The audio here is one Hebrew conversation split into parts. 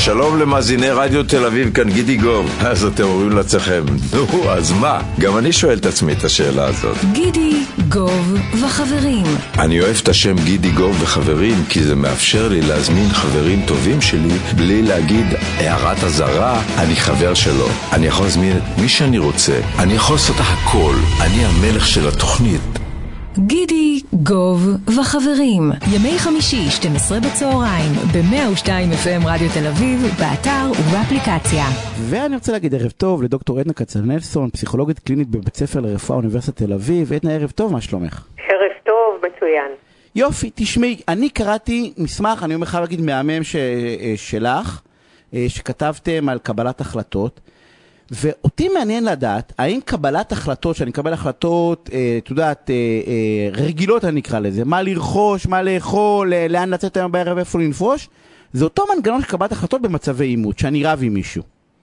שלום למאזיני רדיו תל אביב, כאן גידי גוב. אז אתם אומרים לעצמכם, נו, אז מה? גם אני שואל את עצמי את השאלה הזאת. גידי גוב וחברים. אני אוהב את השם גידי גוב וחברים, כי זה מאפשר לי להזמין חברים טובים שלי, בלי להגיד הערת הזרה, אני חבר שלו. אני יכול להזמין מי שאני רוצה. אני יכול לעשות הכל. אני המלך של התוכנית. גידי גוב וחברים, ימי חמישי 12 בצהריים ב-102 FM רדיו תל אביב, באתר ובאפליקציה. ואני רוצה להגיד ערב טוב לדוקטור עדנה כצנלסון, פסיכולוגית קלינית בבית ספר לרפואה אוניברסיטת תל אביב. עדנה, ערב טוב, מה שלומך? ערב טוב, מצוין. יופי, תשמעי, אני קראתי מסמך, אני אומר לך להגיד מהמם שלך, שכתבתם על קבלת החלטות, ואותי מעניין לדעת, האם קבלת החלטות, שאני מקבל החלטות, את יודעת, רגילות אני אקרא לזה, מה לרכוש, מה לאכול, לאן לצאת היום בערב, איפה לנפוש, זה אותו מנגנון של קבלת החלטות במצבי אימות, שאני רב עם מישהו.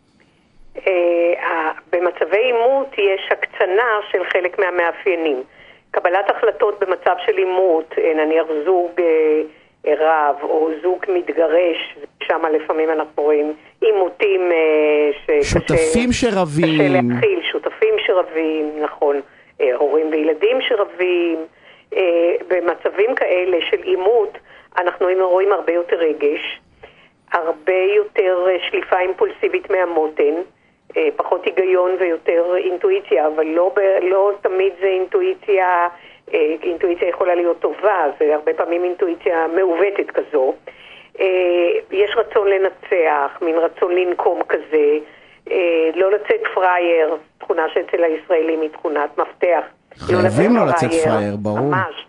במצבי אימות יש הקצנה של חלק מהמאפיינים. קבלת החלטות במצב של אימות, נניח זוג רב או זוג מתגרש, שם לפעמים אנחנו רואים אימותים שותפים שרבים, קשה להכיל, שותפים שרבים, נכון, הורים וילדים שרבים. במצבים כאלה של אימות אנחנו רואים הרבה יותר רגש, הרבה יותר שליפה אימפולסיבית מהמותן, פחות היגיון ויותר אינטואיציה, אבל לא תמיד זה אינטואיציה. אינטואיציה יכולה להיות טובה, זה הרבה פעמים אינטואיציה מעוותת כזו. יש רצון לנצח, מין רצון לנקום כזה, לא לצאת פרייר, תכונה שאצל הישראלים היא תכונת מפתח. חייבים לא לצאת פרייר, ברור. ממש.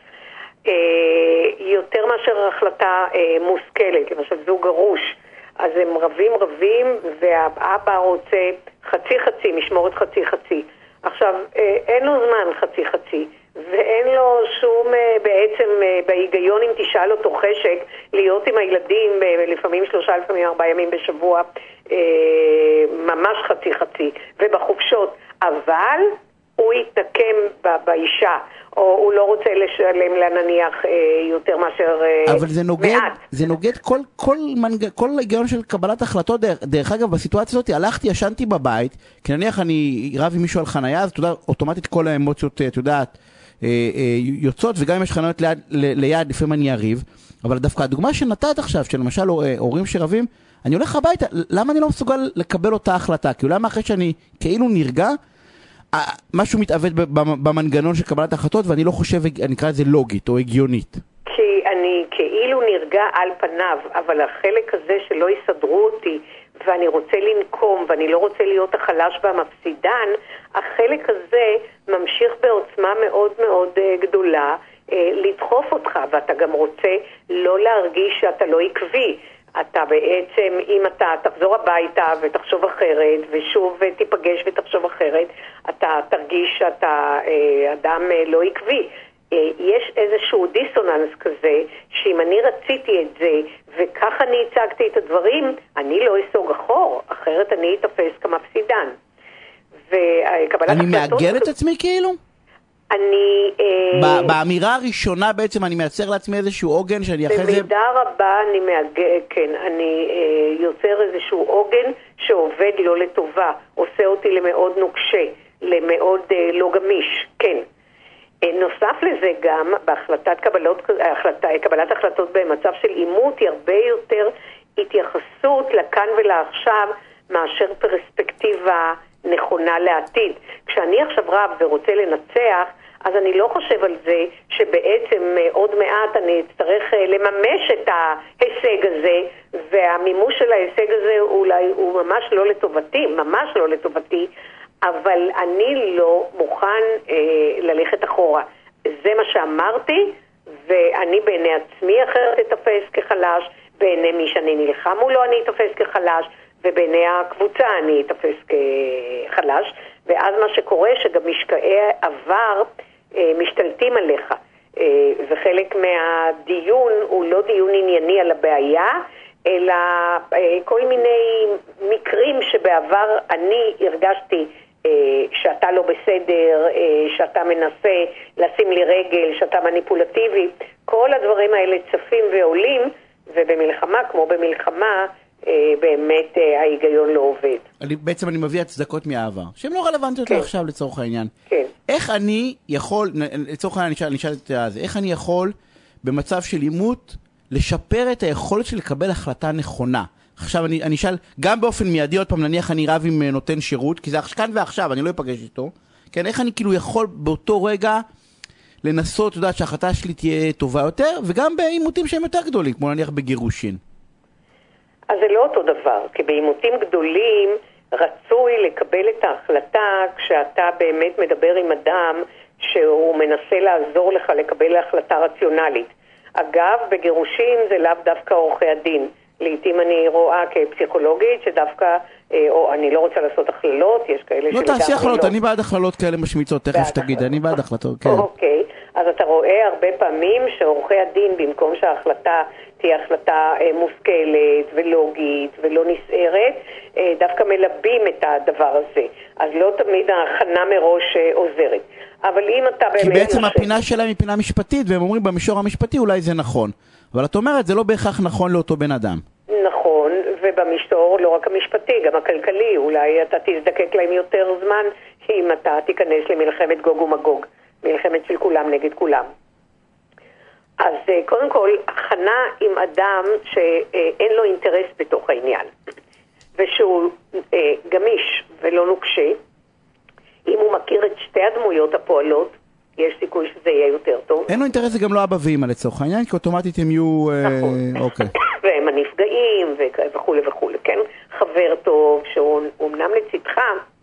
יותר מאשר החלטה מושכלת, למשל זוג גרוש, אז הם רבים, והאבא רוצה חצי, משמורת חצי. עכשיו, אין לו זמן חצי, ואין לו שום, בעצם בהיגיון אם תשאל אותו חשק, להיות עם הילדים לפעמים 3, לפעמים 4 ימים בשבוע, ממש חצי, ובחופשות, אבל הוא יתנקם באישה, או הוא לא רוצה לשלם לה נניח יותר מאשר אבל זה נוגד כל היגיון של קבלת החלטות. דרך אגב, בסיטואציה הזאת הלכתי, ישנתי בבית, כי נניח אני רב עם מישהו על חנייה, אז אוטומטית כל האמוציות, את יודעת, יוצאות, וגם אם יש חניות ליד, לפעמים אני אריב, אבל דווקא הדוגמה שנתת עכשיו, שלמשל הורים שרבים, אני הולך הביתה, למה אני לא מסוגל לקבל אותה החלטה? כי אולי אחרי שאני כאילו נרגע, משהו מתעוות במנגנון של קבלת החלטות, ואני לא חושב, אני אקרא את זה לוגית או הגיונית. כי אני כאילו נרגע על פניו, אבל החלק הזה שלא יסדרו אותי, ואני רוצה לנקום, ואני לא רוצה להיות החלש והמפסידן, החלק הזה ממשיך בעוצמה מאוד מאוד גדולה לדחוף אותך, ואתה גם רוצה לא להרגיש שאתה לא עקבי. אתה בעצם, אם אתה תחזור הביתה ותחשוב אחרת, ושוב תיפגש ותחשוב אחרת, אתה תרגיש שאתה אדם לא עקבי. יש איזשהו דיסוננס כזה, שאם אני רציתי את זה, וכך אני הצגתי את הדברים, אני לא אסוג אחור, אחרת אני אתפס כמפסידן. אני מאגר את עצמי כאילו? באמירה הראשונה בעצם אני מייצר לעצמי איזשהו עוגן שאני אחרי זה... במידה רבה אני כן, אני יוצר איזשהו עוגן שעובד לא לטובה, עושה אותי למאוד נוקשה, למאוד לא גמיש, כן. נוסף לזה גם, קבלת החלטות במצב של אימות היא הרבה יותר התייחסות לכאן ולעכשיו מאשר פרספקטיבה נכונה לעתיד. כשאני עכשיו רב ורוצה לנצח, אז אני לא חושב על זה שבעצם עוד מעט אני אצטרך לממש את ההישג הזה, והמימוש של ההישג הזה אולי הוא ממש לא לטובתי, אבל אני לא מוכן ללכת אחורה. זה מה שאמרתי, ואני בעיני עצמי אחרת אתפס כחלש, בעיני מי שאני נלחם מולו אני אתפס כחלש, ובעיני הקבוצה אני אתפס כחלש, ואז מה שקורה שגם משקעי עבר משתלטים עליך, וחלק מהדיון הוא לא דיון ענייני על הבעיה, אלא כל מיני מקרים שבעבר אני הרגשתי שאתה לא בסדר, שאתה מנסה לשים לי רגל, שאתה מניפולטיבי, כל הדברים האלה צפים ועולים, ובמלחמה כמו במלחמה באמת ההיגיון לא עובד. בעצם אני מביא הצדקות מהעבר, שהן לא רלוונטיות לעכשיו לצורך העניין. כן. איך אני יכול, לצורך העניין נשאל את זה, איך אני יכול במצב של עימות לשפר את היכולת של לקבל החלטה נכונה? עכשיו אני אשאל, גם באופן מיידי, עוד פעם נניח אני רב עם נותן שירות, כי זה כאן ועכשיו, אני לא אפגש איתו, כן, איך אני כאילו יכול באותו רגע לנסות, יודעת, שההחלטה שלי תהיה טובה יותר, וגם בעימותים שהם יותר גדולים, כמו נניח בגירושין. אז זה לא אותו דבר, כי בעימותים גדולים רצוי לקבל את ההחלטה כשאתה באמת מדבר עם אדם שהוא מנסה לעזור לך לקבל החלטה רציונלית. אגב, בגירושין זה לאו דווקא עורכי הדין. לעתים אני רואה כפסיכולוגית שדווקא, או אני לא רוצה לעשות הכללות, יש כאלה לא תעשי הכללות, אני בעד הכללות כאלה משמיצות, תכף תגיד, אני בעד הכללות, כן. אוקיי, אז אתה רואה הרבה פעמים שעורכי הדין, במקום שההחלטה תהיה החלטה מושכלת ולוגית ולא נסערת, דווקא מלבים את הדבר הזה. אז לא תמיד ההכנה מראש עוזרת. אבל אם אתה באמת... כי בעצם הפינה שלהם היא פינה משפטית, והם אומרים במישור המשפטי אולי זה נכון. אבל את אומרת, זה לא בהכרח נכון לאותו בן אדם. נכון, ובמישור לא רק המשפטי, גם הכלכלי. אולי אתה תזדקק להם יותר זמן, אם אתה תיכנס למלחמת גוג ומגוג. מלחמת של כולם נגד כולם. אז קודם כל, הכנה עם אדם שאין לו אינטרס בתוך העניין. ושהוא גמיש ולא נוקשה. אם הוא מכיר את שתי הדמויות הפועלות, יש סיכוי שזה יהיה יותר טוב. אין לו אינטרס, זה גם לא אבא ואמא לצורך העניין, כי אוטומטית הם יהיו... נכון. אוקיי. והם הנפגעים וכו' וכו', כן? חבר טוב, שהוא אמנם לצדך,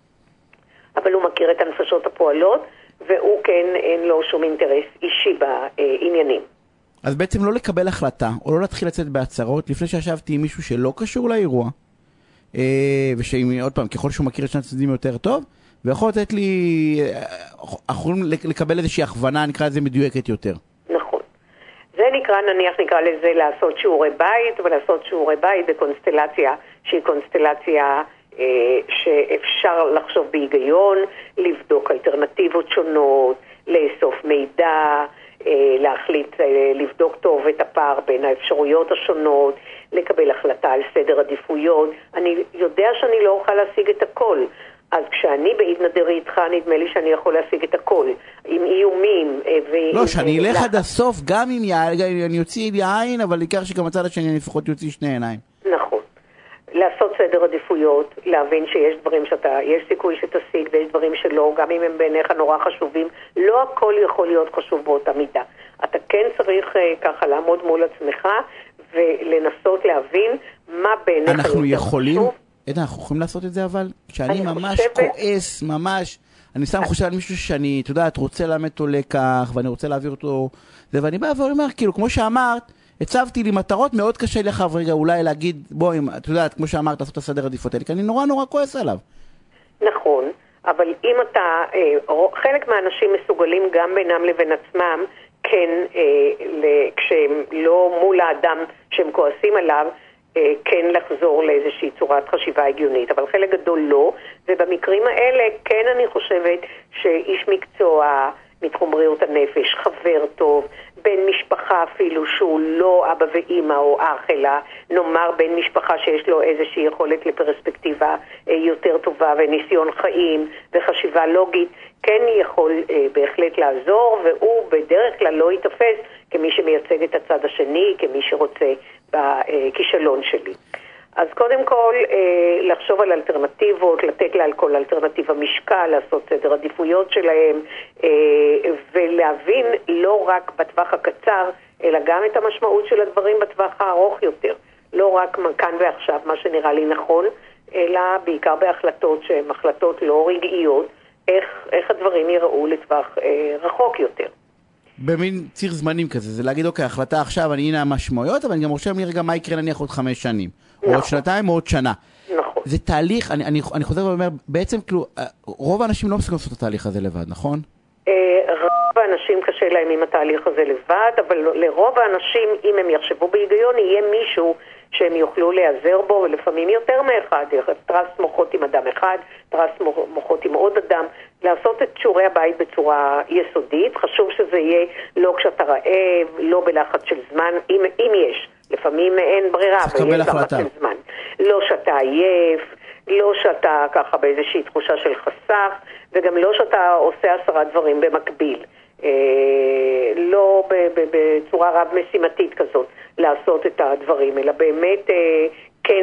אבל הוא מכיר את הנפשות הפועלות, והוא כן אין לו שום אינטרס אישי בעניינים. אז בעצם לא לקבל החלטה, או לא להתחיל לצאת בהצהרות, לפני שישבתי עם מישהו שלא קשור לאירוע, ושעוד פעם, ככל שהוא מכיר את שני הצדדים יותר טוב, ויכול לתת לי, יכולים לקבל איזושהי הכוונה, נקרא לזה מדויקת יותר. נכון. זה נקרא לזה לעשות שיעורי בית, ולעשות שיעורי בית בקונסטלציה, שהיא קונסטלציה שאפשר לחשוב בהיגיון, לבדוק אלטרנטיבות שונות, לאסוף מידע, להחליט, לבדוק טוב את הפער בין האפשרויות השונות, לקבל החלטה על סדר עדיפויות. אני יודע שאני לא אוכל להשיג את הכל, אז כשאני בעיד נדרי איתך, נדמה לי שאני יכול להשיג את הכל, עם איומים. לא, שאני אלך עד הסוף, גם אם אני יוציא לי עין, אבל עיקר שגם הצד השני אני לפחות יוציא שני עיניים. נכון. לעשות סדר עדיפויות, להבין שיש דברים יש סיכוי שתשיג ויש דברים שלא, גם אם הם בעיניך נורא חשובים, לא הכל יכול להיות חשוב באותה מידה. אתה כן צריך ככה לעמוד מול עצמך ולנסות להבין מה בעיניך אנחנו יכולים, אנחנו יכולים לעשות את זה, אבל כשאני ממש כועס, ממש, אני שם חושב על מישהו שאני, אתה יודע, רוצה ללמד אותו לקח, ואני רוצה להעביר אותו, ואני בא ואומר, כאילו, כמו שאמרת, הצבתי לי מטרות, מאוד קשה לך רגע אולי להגיד, בוא, את יודעת, כמו שאמרת, לעשות את הסדר עדיפות האלה, כי אני נורא כועס עליו. נכון, אבל אם אתה, חלק מהאנשים מסוגלים גם בינם לבין עצמם, כן, כשהם לא מול האדם שהם כועסים עליו, כן לחזור לאיזושהי צורת חשיבה הגיונית, אבל חלק גדול לא, ובמקרים האלה כן אני חושבת שאיש מקצוע מתחום בריאות הנפש, חבר טוב, בן משפחה אפילו שהוא לא אבא ואמא או אח, אלא נאמר בן משפחה שיש לו איזושהי יכולת לפרספקטיבה יותר טובה וניסיון חיים וחשיבה לוגית, כן יכול בהחלט לעזור, והוא בדרך כלל לא יתפס כמי שמייצג את הצד השני, כמי שרוצה בכישלון שלי. אז קודם כל, לחשוב על אלטרנטיבות, לתת לה על כל אלטרנטיבה משקל, לעשות סדר עדיפויות שלהם, ולהבין לא רק בטווח הקצר, אלא גם את המשמעות של הדברים בטווח הארוך יותר. לא רק כאן ועכשיו, מה שנראה לי נכון, אלא בעיקר בהחלטות שהן החלטות לא רגעיות, איך הדברים יראו לטווח רחוק יותר. במין ציר זמנים כזה, זה להגיד, אוקיי, החלטה עכשיו, הנה המשמעויות, אבל אני גם רושם לי רגע מה יקרה נניח עוד 5 שנים, או עוד שנתיים, או עוד שנה. נכון. זה תהליך, אני חוזר ואומר, בעצם, כאילו, רוב האנשים לא מסוגלים לעשות את התהליך הזה לבד, נכון? רוב האנשים קשה להם עם התהליך הזה לבד, אבל לרוב האנשים, אם הם יחשבו בהיגיון, יהיה מישהו שהם יוכלו להיעזר בו, ולפעמים יותר מאחד, טרס מוחות עם אדם אחד, טרס מוחות עם עוד אדם, לעשות את שיעורי הבית בצורה יסודית. חשוב שזה יהיה לא כשאתה רעב, לא בלחץ של זמן, אם יש. לפעמים אין ברירה, אבל יש לחץ של זמן. לא שאתה עייף, לא שאתה ככה באיזושהי תחושה של חסך, וגם לא שאתה עושה 10 דברים במקביל. לא בצורה רב משימתית כזאת לעשות את הדברים, אלא באמת כן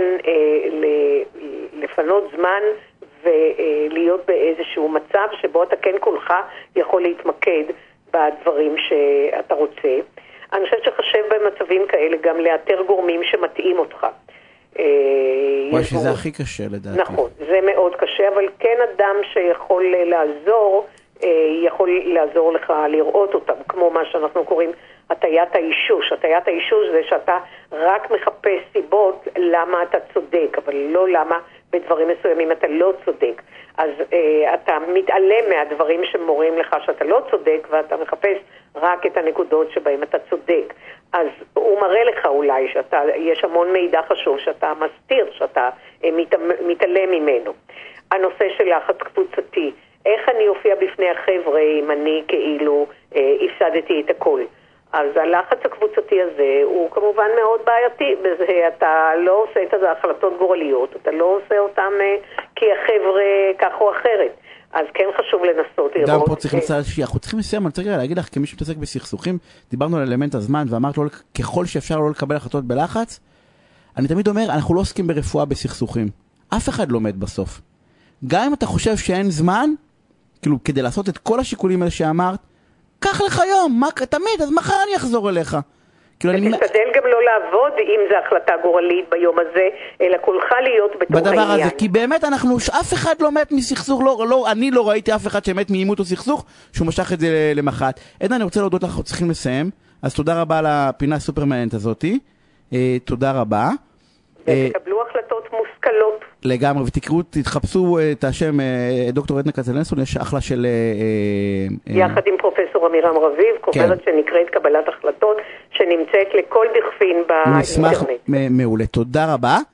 לפנות זמן ולהיות באיזשהו מצב שבו אתה כן כולך יכול להתמקד בדברים שאתה רוצה. אני חושבת שחשב במצבים כאלה גם לאתר גורמים שמתאים אותך. שזה הכי קשה לדעתי. נכון, זה מאוד קשה, אבל כן אדם שיכול לעזור, יכול לעזור לך לראות אותם, כמו מה שאנחנו קוראים הטיית האישוש. הטיית האישוש זה שאתה רק מחפש סיבות למה אתה צודק, אבל לא למה בדברים מסוימים אתה לא צודק. אז אתה מתעלם מהדברים שמורים לך שאתה לא צודק, ואתה מחפש רק את הנקודות שבהם אתה צודק. אז הוא מראה לך אולי שיש המון מידע חשוב שאתה מסתיר, שאתה מתעלם ממנו. הנושא של לחץ קבוצתי, איך אני אופיע בפני החבר'ה אם אני כאילו הפסדתי את הכל. אז הלחץ הקבוצתי הזה הוא כמובן מאוד בעייתי, בזה אתה לא עושה את ההחלטות גורליות, אתה לא עושה אותם כי החבר'ה כך או אחרת. אז כן חשוב לנסות לראות. גם פה אנחנו צריכים לסיים, אני צריך להגיד לך, כמי שמתעסק בסכסוכים, דיברנו על אלמנט הזמן, ואמרת לו, ככל שאפשר לא לקבל החלטות בלחץ, אני תמיד אומר, אנחנו לא עוסקים ברפואה בסכסוכים. אף אחד לא מת בסוף. גם אם אתה חושב שאין זמן, כאילו, כדי לעשות את כל השיקולים האלה שאמרת, קח לך יום, תמיד, אז מחר אני אחזור אליך. ותשתדל גם לא לעבוד אם זו החלטה גורלית ביום הזה, אלא כולך להיות בתוך העניין. בדבר הזה, כי באמת אף אחד לא מת מסכסוך, אני לא ראיתי אף אחד שמת מעימות או סכסוך, שהוא משך את זה למחרת. עדנה, אני רוצה להודות לך, אנחנו צריכים לסיים, אז תודה רבה על הפינה הסופר מעניינת הזאת, תודה רבה. ותקבלו החלטות מושכלות. לגמרי, תחפשו את השם דוקטור עדנה קצלנסון, יש אחלה של... יחד עם פרופסור אמירם רביב, חוברת שנקראת קבלת החלטות, שנמצאת לכל דכפין באינטרנט. נשמח מעולה, תודה רבה.